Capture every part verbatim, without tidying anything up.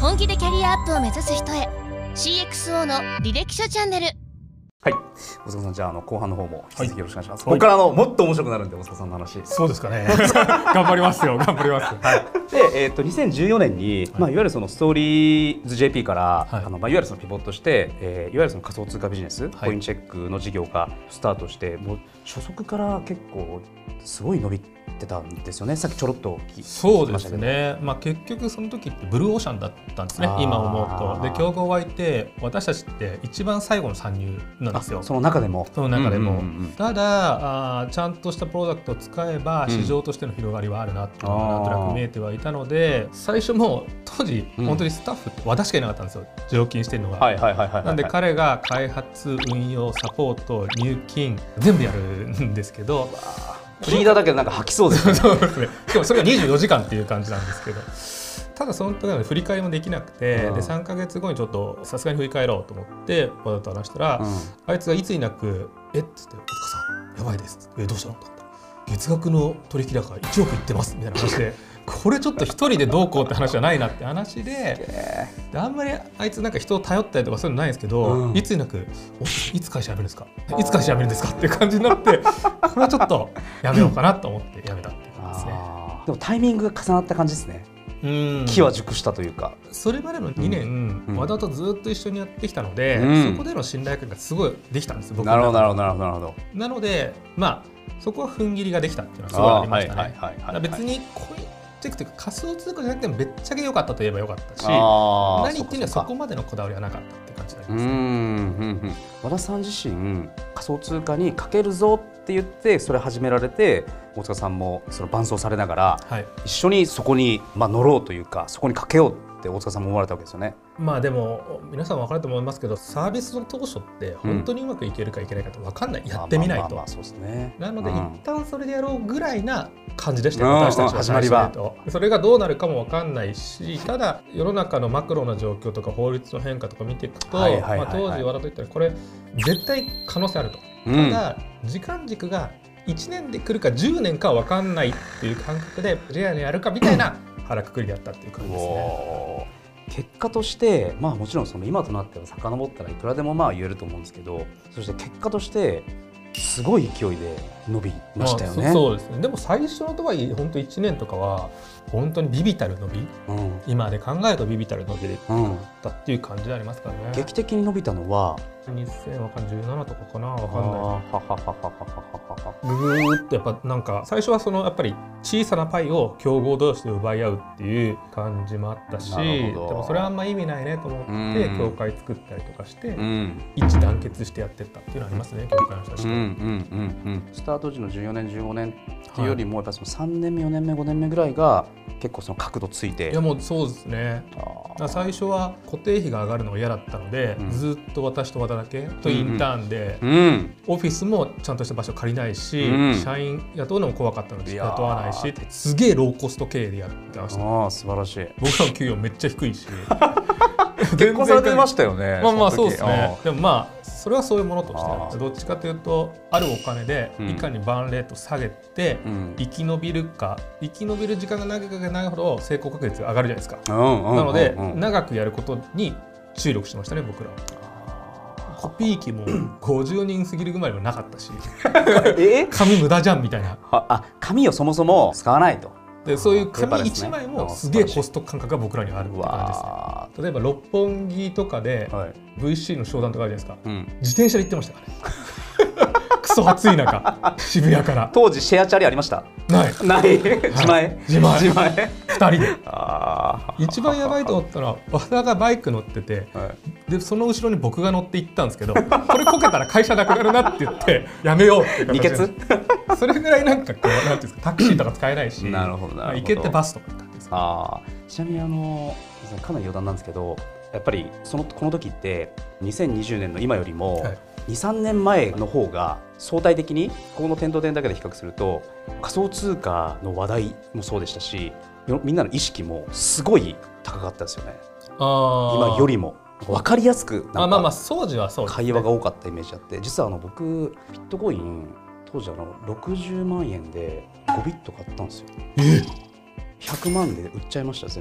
本気でキャリアアップを目指す人へ シーエックスオー の履歴書チャンネル。 はい、大塚さん、じゃあ、あの後半の方も引き続きよろしくお願いします。 はい、 ここからあのもっと面白くなるんで、大塚さんの話。 そうですかね。頑張りますよ、頑張ります。はい、 で、えー、とにせんじゅうよねんに、はい、まあ、いわゆるそのストーリーズ ジェーピー から、はい、あのまあ、いわゆるそのピボットして、えー、いわゆるその仮想通貨ビジネス、はい、コインチェックの事業がスタートして、もう初速から結構すごい伸びてたんですよね。さっきちょろっと聞きましたけど。 そうですね。まあ結局その時ってブルーオーシャンだったんですね。今思うと。で、競合はいて、私たちって一番最後の参入なんですよ。 その中でも。 その中でも。ただあ、ちゃんとしたプロダクトを使えば市場としての広がりはあるなっていうのがなんとなく見えてはいたので、最初も当時本当にスタッフって私しかいなかったんですよ。常勤してるのが。なんで彼が開発、運用、サポート、入金全部やるんですけど。 聞いただけでなんか吐きそうですね。 そうですね。でもそれがにじゅうよじかんっていう感じなんですけど、ただその時は振り返りもできなくて、でさんかげつごにちょっとさすがに振り返ろうと思ってわざと話したら、うん、あいつがいつになく「えっ?」つって「大塚さんやばいです」えどうしたの?」とか月額の取引高いちおくいってますみたいな話で。これちょっと一人でどうこうって話じゃないなって話で、であんまりあいつなんか人を頼ったりとかそういうのないんですけど、うん、いつになく「いつ会社辞めるんですかいつ会社辞めるんですか?」っていう感じになって、これはちょっとやめようかなと思って辞めたっていう感じですね。 でもタイミングが重なった感じですね。うん木は熟したというか、 それまでのにねん、うん、和田とずっと一緒にやってきたので、うん、そこでの信頼感がすごいできたんですよ、僕は。 なるほどなるほどなるほどなるほど。 なのでまあそこは踏ん切りができたっていうのはすごいありましたね。別にコインチェックというか仮想通貨じゃなくてもべっちゃけ良かったといえば良かったし、何言ってんのはそこまでのこだわりはなかったって感じになりますね。うんうんうん、和田さん自身仮想通貨にかけるぞって言ってそれ始められて、大塚さんもその伴走されながら、はい、一緒にそこにまあ乗ろうというか、そこにかけようって大塚さんも思われたわけですよね。 まあでも皆さん分かると思いますけど、サービスの当初って本当にうまくいけるかいけないかって分かんない、うん、やってみないと。なので、うん、一旦それでやろうぐらいな感じでしたよ、私たちは最初と。それがどうなるかも分かんないし、ただ世の中のマクロな状況とか法律の変化とか見ていくと、当時和田と言ったらこれ絶対可能性あると。ただ、うん、時間軸がいちねんで来るかじゅうねんかは分かんないっていう感覚でレアにやるかみたいな腹くくりでやったっていう感じですね。 結果として、まあ、もちろんその今となっては遡ったらいくらでもまあ言えると思うんですけど、そして結果としてすごい勢いで伸びましたよね。 まあ、そそうですね。でも最初のとはいえ本当いちねんとかは本当にビビたる伸び、うん、今で考えるとビビたる伸びだったっていう感じでありますからね。 うん、劇的に伸びたのはにせんじゅうななとかかな、わかんない。ぐぐーっとやっぱなんか最初はそのやっぱり小さなパイを競合同士で奪い合うっていう感じもあったし、でもそれはあんま意味ないねと思って協会作ったりとかして、うん、一致団結してやってったっていうのはありますね、協会の人たちと。 スタート時のじゅうよねんじゅうごねんっていうよりも、やっぱそのさんねんめよねんめごねんめぐらいが結構その角度ついて。 いやもうそうですね。最初は固定費が上がるのが嫌だったので、うん、ずっと私と和田だけとインターンで、うんうん、オフィスもちゃんとした場所借りないし、うん、社員雇うのも怖かったので雇わないし、すげえローコスト経営でやってました。 ああ素晴らしい。 僕らの給与めっちゃ低いし結婚されてましたよね。 まあまあそうですね。でもまあそれはそういうものとしてどっちかというと、あるお金でいかにバーンレート下げて生き延びるか、生き延びる時間が長ければ長いほど成功確率が上がるじゃないですか。なので長くやることに注力してましたね、僕らは。コピー機もごじゅうにん過ぎるぐらいもなかったし紙無駄じゃんみたいな。 あ、紙をそもそも使わないと。 でそういう紙いちまいもすげえコスト感覚が僕らにはあるって感じですね。例えば六本木とかで ブイシー の商談とかあるじゃないですか、うん、自転車で行ってましたからねクソ暑い中渋谷から。 当時シェアチャリありました？ ないない自前自前自前ふたりで。あ一番やばいと思ったら和田がバイク乗ってて、はい、でその後ろに僕が乗って行ったんですけど、これこけたら会社なくなるなって言ってやめようっていう形で。二それぐらいなんかこうなんていうんですか、タクシーとか使えないし、なるほどなるほど、行けてバスとか行ったんですか。 あちなみにあのかなり余談なんですけど、やっぱりそのこの時ってにせんにじゅうねんの今よりも、はい、にさんねんまえの方が相対的にこの点と点だけで比較すると仮想通貨の話題もそうでしたし、みんなの意識もすごい高かったですよね。あ今よりも分かりやすくなんか会話が多かったイメージあって、実はあの僕ビットコイン当時あのろくじゅうまんえんでごビット買ったんですよ。えひゃくまんで売っちゃいました全部。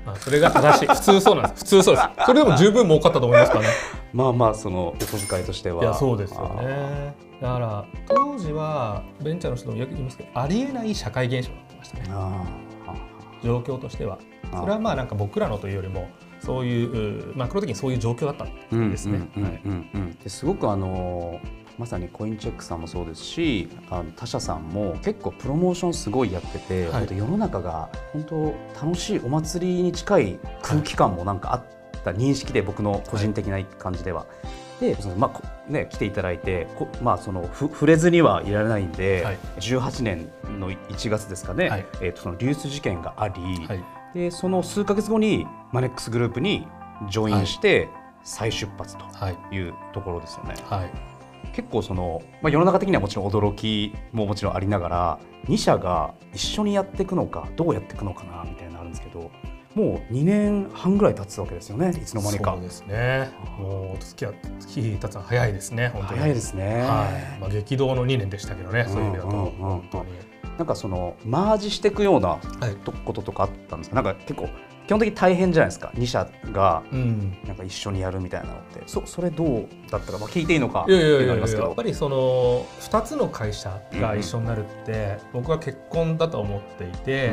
まあ、それが正しい普通そうなんです普通そうですそれでも十分儲かったと思いますからねまあまあそのお小遣いとしては。 いやそうですよね。だから当時はベンチャーの人もよく言いますけどありえない社会現象になってましたね。 あ状況としてはそれはまあなんか僕らのというよりもそういうマクロ的にそういう状況だったんですね。 すごくあのまさにコインチェックさんもそうですし、あの他社さんも結構プロモーションすごいやってて、はい、世の中が本当楽しいお祭りに近い空気感もなんかあった認識で、僕の個人的な感じでは。でまあね、来ていただいて、まあ、そのふ触れずにはいられないんで、はい、じゅうはちねんのいちがつですかね、はい、えー、とその流出事件があり、はい、でその数ヶ月後にマネックスグループにジョインして再出発というところですよね。はいはい、結構その、まあ、世の中的にはもちろん驚きももちろんありながら、に社が一緒にやっていくのかどうやっていくのかなみたいなのあるんですけど、もうにねんはんぐらい経つわけですよね、いつの間にか。そうですね、もう月は月経つのは早いですね、本当に早いですね。はい、まあ、激動のにねんでしたけどね、そういう意味だと、本当になんかそのマージしていくようなこととかあったんですか。なんか結構基本的に大変じゃないですか、に社がなんか一緒にやるみたいなのって、うん、そ, それどうだったか、まあ、聞いていいのかっていうのがありますけど。やっぱりそのふたつの会社が一緒になるって、うん、僕は結婚だと思っていて、うん、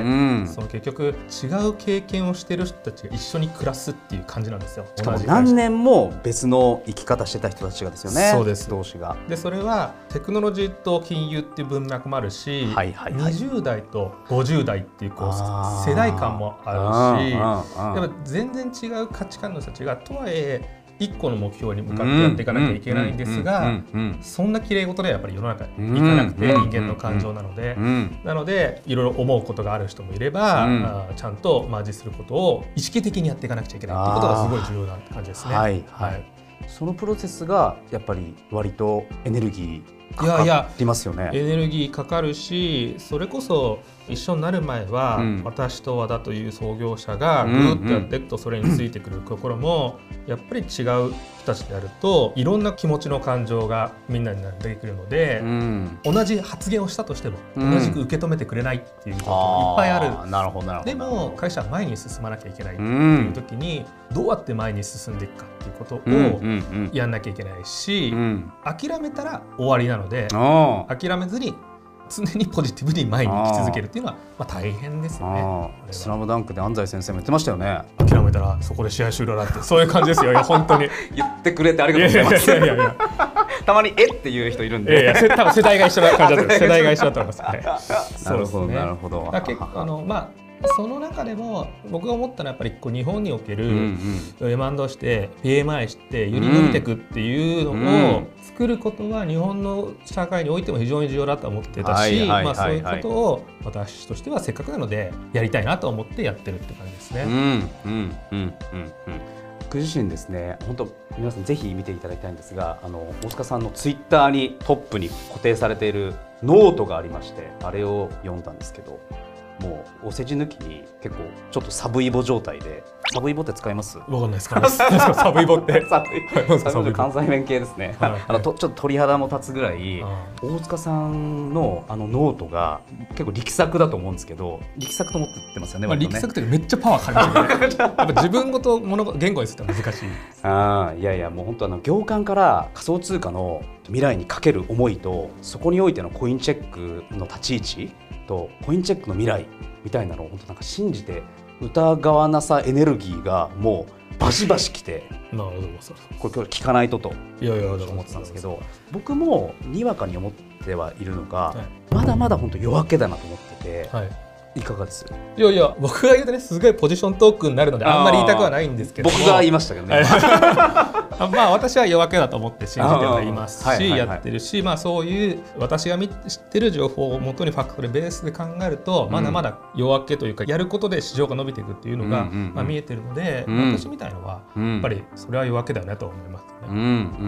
その結局違う経験をしてる人たちが一緒に暮らすっていう感じなんですよ。 しかも何年も別の生き方してた人たちがですよね。そうです、同士が。 でそれはテクノロジーと金融っていう文脈もあるし、はいはいはい、にじゅう代とごじゅう代っていうこう世代間もあるし、やっぱ全然違う価値観の人たちがとはいえ一個の目標に向かってやっていかなきゃいけないんですが、そんな綺麗事ではやっぱり世の中にいかなくて、人間の感情なので、なのでいろいろ思うことがある人もいれば、うん、ちゃんとマージすることを意識的にやっていかなくちゃいけないっていうことがすごい重要な感じですね。はいはい、 そのプロセスがやっぱり割とエネルギーかかりますよね。 いやいやエネルギーかかるし、それこそ一緒になる前は、うん、私と和田という創業者がぐーっとやっていくとそれについてくるところもやっぱり違う人たちであるといろんな気持ちの感情がみんなに出てくるので、うん、同じ発言をしたとしても同じく受け止めてくれないっていうことがいっぱいある。うん、なるほどなるほど。でも会社は前に進まなきゃいけないっていう時にどうやって前に進んでいくかっていうことをやんなきゃいけないし、うん、諦めたら終わりなので諦めずに常にポジティブに前に行き続けるっていうのはまあ大変ですよね。 スラムダンクで安西先生も言ってましたよね。 諦めたらそこで試合終了だって、そういう感じですよ。いや本当に言ってくれてありがとうございます。いやいやいやたまにえっていう人いるんで、いやいや多分世代が一緒な感じだと世代が一緒だと思います。はい、 なるほどなるほど。 結構あのまあその中でも僕が思ったのはやっぱりこう日本における エムアンドエー して ピーエムアイ してより伸びていくっていうのを作ることは日本の社会においても非常に重要だと思ってたし、そういうことを私としてはせっかくなのでやりたいなと思ってやってるって感じですね。うんうんうんうんうん。 僕自身ですね、本当皆さんぜひ見ていただきたいんですが、あの大塚さんのツイッターにトップに固定されているノートがありまして、あれを読んだんですけど、もうお世辞抜きに結構ちょっとサブイボ状態で。サブイボって使います？ わかんないですか。サブイボってサブイボ関西弁系ですね。あのとちょっと鳥肌も立つぐらい、大塚さんのあのノートが結構力作だと思うんですけど、力作と思ってますよね。 まあ力作ってめっちゃパワー感じるね。やっぱ自分ごと物言語にすると難しい。 ああ、いやいやもう本当あの業界から仮想通貨の未来にかける思いと、そこにおいてのコインチェックの立ち位置とコインチェックの未来みたいなのを本当なんか信じて疑わなさエネルギーがもうバシバシきて、なるほど、これ今日聞かないとといやいや思ってたんですけど、僕もにわかに思ってはいるのが、はい、まだまだ本当夜明けだなと思ってて、はい、いかがです？ いやいや僕が言うとねすごいポジショントークになるのであんまり言いたくはないんですけど、 僕が言いましたけどね。 まあ私は夜明けだと思って信じてはいますし、はいはいはい、やってるし、まあそういう私が知ってる情報をもとにファクトでベースで考えると、うん、まだまだ夜明けというかやることで市場が伸びていくっていうのが、うんうんうん、まあ、見えてるので、うん、私みたいのはやっぱりそれは夜明けだよねと思いますね。うんうん、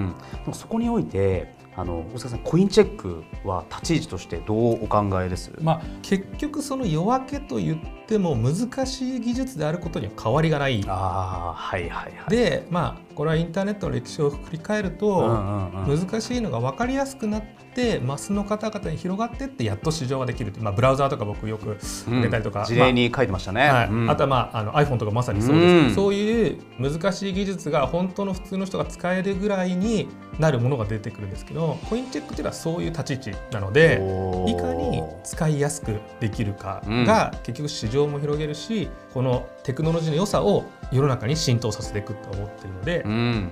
でもそこにおいてあの大塚さんコインチェックは立ち位置としてどうお考えです？ まあ、結局その夜明けと言っても難しい技術であることには変わりがない。あ、はいはいはい、で、まあ、 これはインターネットの歴史を振り返ると難しいのが分かりやすくなってマスの方々に広がってってやっと市場ができるって、まあ、ブラウザーとか僕よく出たりとか、 うん、事例に書いてましたね、 まあはいうん、あとは、まあ、あの iPhone とかまさにそうですけど、うん、そういう難しい技術が本当の普通の人が使えるぐらいになるものが出てくるんですけど、コインチェックっていうのはそういう立ち位置なのでいかに使いやすくできるかが結局市場も広げるし、このテクノロジーの良さを世の中に浸透させていくと思っているので、うん、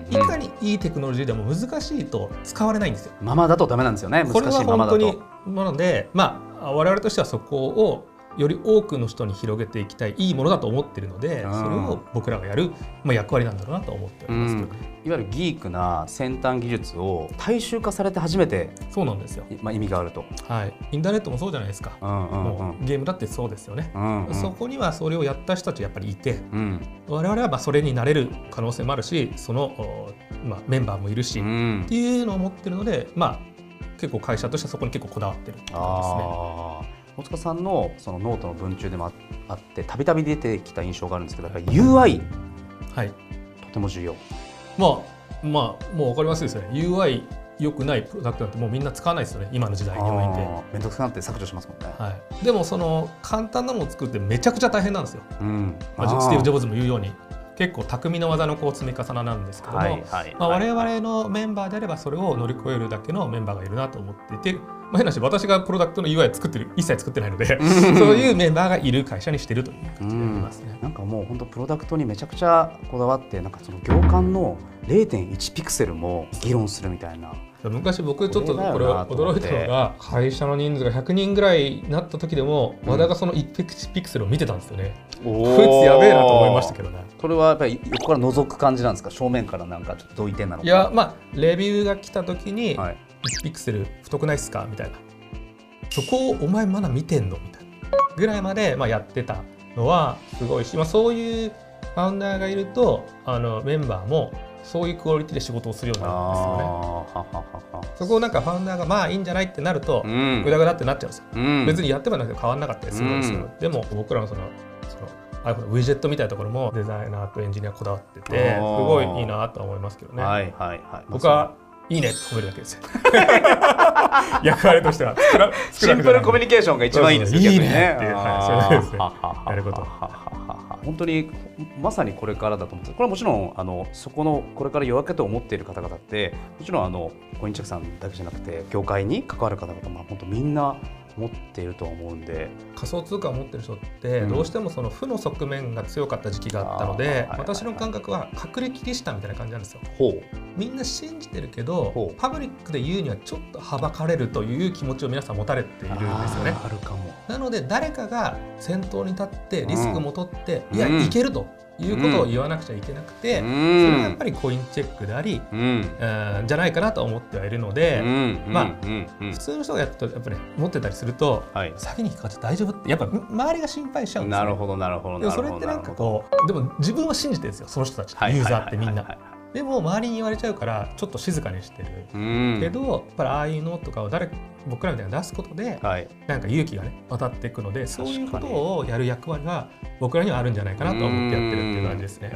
いかにいいテクノロジーでも難しいと使われないんですよ。 ままだとダメなんですよね。難しいままだと。これは本当になので、まあ、我々としてはそこをより多くの人に広げていきたいいいものだと思っているので、うん、それを僕らがやる、まあ、役割なんだろうなと思っておりますけど、ねうん、いわゆるギークな先端技術を大衆化されて初めてそうなんですよ、 まあ、意味があると、 はい、インターネットもそうじゃないですか、うんうんうん、もうゲームだってそうですよね、うんうん、そこにはそれをやった人たちやっぱりいて、うん、我々はまあそれになれる可能性もあるし、その、まあ、メンバーもいるし、うん、っていうのを持ってるので、まあ、結構会社としてはそこに結構こだわってるって感じですね。 大塚さんのそのノートの文中でもあってたびたび出てきた印象があるんですけど、やっぱり ユーアイ、はい、とても重要。 まあまあもう分かりますですよね。 ユーアイ 良くないプロダクトなんてもうみんな使わないですよね、今の時代において。 面倒くさくなって削除しますもんね、 はい、でもその簡単なものを作ってめちゃくちゃ大変なんですよ、うんまあ、スティーブ・ジョブズも言うように結構匠の技のこう積み重ねなんですけども、はいはいはい、まあ、我々のメンバーであればそれを乗り越えるだけのメンバーがいるなと思っていて、まあ、変な話、私がプロダクトの ユーアイ 作ってる一切作ってないのでそういうメンバーがいる会社にしてるという感じでありますね。 なんかもう本当プロダクトにめちゃくちゃこだわって、なんかその業間の ゼロてんいち ピクセルも議論するみたいな。 昔僕ちょっとこれ驚いたのが、会社の人数がひゃくにんぐらいになった時でも和田がそのいちピクセルを見てたんですよね。こいつやべえなと思いましたけどね。 それはやっぱり横から覗く感じなんですか、正面からなんかちょっとどういてんなのか。 いや、まあレビューが来た時にいちピクセル太くないっすかみたいな、そこをお前まだ見てんのみたいなぐらいまでまあやってたのはすごいし、まあ、そういうファウンダーがいるとあのメンバーもそういうクオリティで仕事をするようになるんですよね。はははそこをなんかファウンダーがまあいいんじゃないってなると、うん、グダグダってなっちゃうんですよ、うん、別にやってもなくて変わんなかったりするんですよ、うん、でも僕らのそのその iPhone のウィジェットみたいなところもデザイナーとエンジニアこだわっててすごいいいなと思いますけどね。はいはいはい、僕はいいねって褒めるだけですよ役割としてはシンプルコミュニケーションが一番いいですよ。 いいねっていう、はい、そうですね、やること本当にまさにこれからだと思って、これはもちろんあのそこのこれから夜明けと思っている方々ってもちろんあのコインチェックさんだけじゃなくて業界に関わる方々、まあ、本当みんな持っていると思うんで、 仮想通貨を持ってる人ってどうしてもその負の側面が強かった時期があったので、うん、私の感覚は隠れキリシタンみたいな感じなんですよ。ほう、みんな信じてるけどパブリックで言うにはちょっとはばかれるという気持ちを皆さん持たれているんですよね。 あるかも。 なので誰かが先頭に立ってリスクも取って、うん、いや、うん、いけるということを言わなくちゃいけなくて、うん、それはやっぱりコインチェックであり、うん、じゃないかなと思ってはいるので、うん、まあ、うんうん、普通の人がやるとやっぱり、ね、持ってたりすると、はい、先に引っかかって大丈夫ってやっぱ周りが心配しちゃうんですよ、ね。 なるほどなるほど。 でもそれってなんかこうでも自分は信じてるんですよ、その人たち、ユーザーってみんな。でも周りに言われちゃうからちょっと静かにしてる、うん、けどやっぱりああいうのとかを誰僕らみたいな出すことで、はい、なんか勇気がね渡っていくので、そういうことをやる役割は僕らにはあるんじゃないかなと思ってやってるっていう感じですね。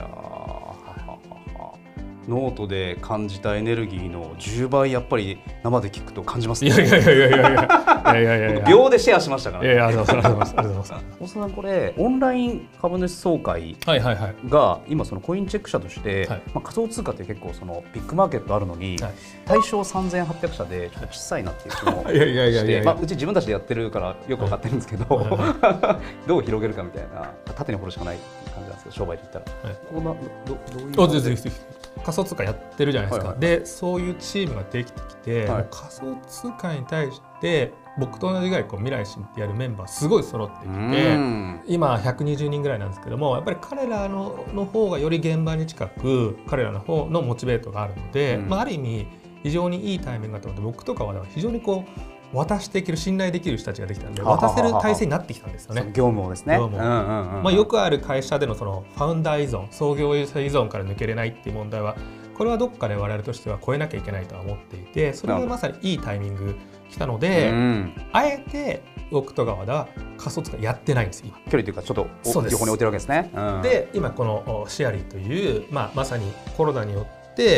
ノートで感じたエネルギーのじゅうばいやっぱり生で聞くと感じますね。いやいやいやいやいやいやいやいやいや秒でシェアしましたから、ね。 いやいやありがとうございます。ありがとうございます。 大沢さん、これオンライン株主総会が今そのコインチェック社として、はい、まあ、仮想通貨って結構そのビッグマーケットあるのに、はい、対象さんぜんはっぴゃくしゃでちょっと小さいなっていう気もして、まあうち自分たちでやってるからよく分かってるんですけど、はい、どう広げるかみたいな、縦に掘るしかない感じなんですけど、商売で言ったら、はい、ここなどどういう。 ぜひぜひ仮想通貨やってるじゃないですか、はいはい、でそういうチームができてきて、はい、仮想通貨に対して僕と同じぐらいこう未来心ってやるメンバーすごい揃ってきて、今ひゃくにじゅうにんぐらいなんですけども、やっぱり彼ら の, の方がより現場に近く彼らの方のモチベートがあるので、うん、まあ、ある意味非常にいいタイミングだと思って、僕とかは非常にこう渡していける信頼できる人たちができたので、渡せる体制になってきたんですよね。 業務をですね。業務、 まあ、よくある会社でのそのファウンダー依存、創業依存から抜けれないっていう問題は、これはどっかで我々としては超えなきゃいけないとは思っていて、それがまさにいいタイミング来たので、うん、あえて僕と川田は仮想通貨やってないんですよ。 距離というかちょっと横に置いてるわけですね。 うん、で今このシェアリーという、まあ、まさにコロナによっ 、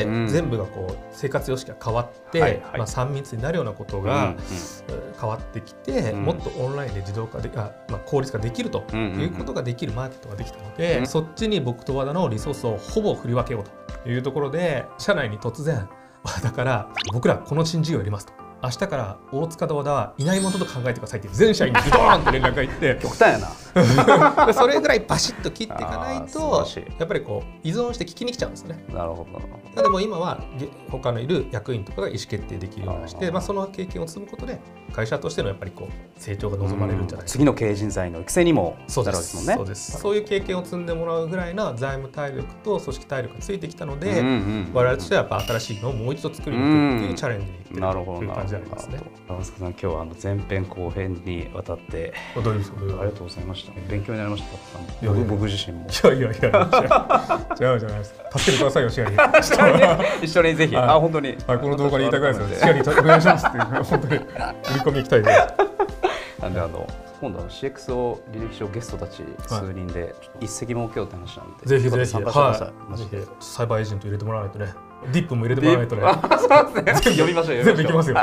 うん、全部がこう生活様式が変わって、はいはい、まあ、さん密になるようなことが、うんうん、変わってきて、うん、もっとオンラインで自動化であ、まあ、効率化できるということができるマーケットができたので、うんうん、そっちに僕と和田のリソースをほぼ振り分けようというところで、社内に突然だから僕らこの新事業やりますと。明日から大塚と和田はいないものと考えてくださいって全社員にドーンって連絡がいって極端やなそれぐらいバシッと切っていかないとやっぱりこう依存して聞きに来ちゃうんですよね。 なるほど。 なのでもう今は他のいる役員とかが意思決定できるようにして、まあ、その経験を積むことで会社としてのやっぱりこう成長が望まれるんじゃないか、 次の経営人材の育成にもなるわけですもんね。 そうです。そういう経験を積んでもらうぐらいな財務体力と組織体力がついてきたので、うんうん、我々としてはやっぱ新しいのをもう一度作りに行くっていうチャレンジに行ってるという感じになりますね。 大塚さん、今日はあの前編後編にわたってありがとうございました。勉強になりました。僕, 僕自身も。 いやいやいや、違うじゃないですか。助けてくださいよ、シアに。 一緒にぜひ。あ、本当に。 この動画に言いたくないですよ。シアにお願いしますっていう本当に売り込み行きたいです。 なんであの今度の シーエックスオー 履歴書ゲストたち数人で一席設けようって話なんで、 ぜひぜひ参加してください。 ぜひサイバーエージェント入れてもらわないとね。ディップも入れてもらわないとね。 全部読みましょう。 全部いきますよ。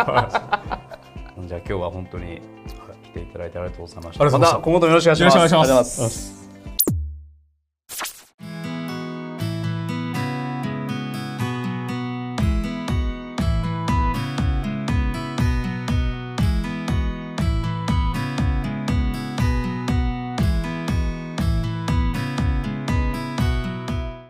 じゃあ今日は本当に来ていただいてありがとうございました。また今後ともよろしくお願いします。 よろしくお願いします。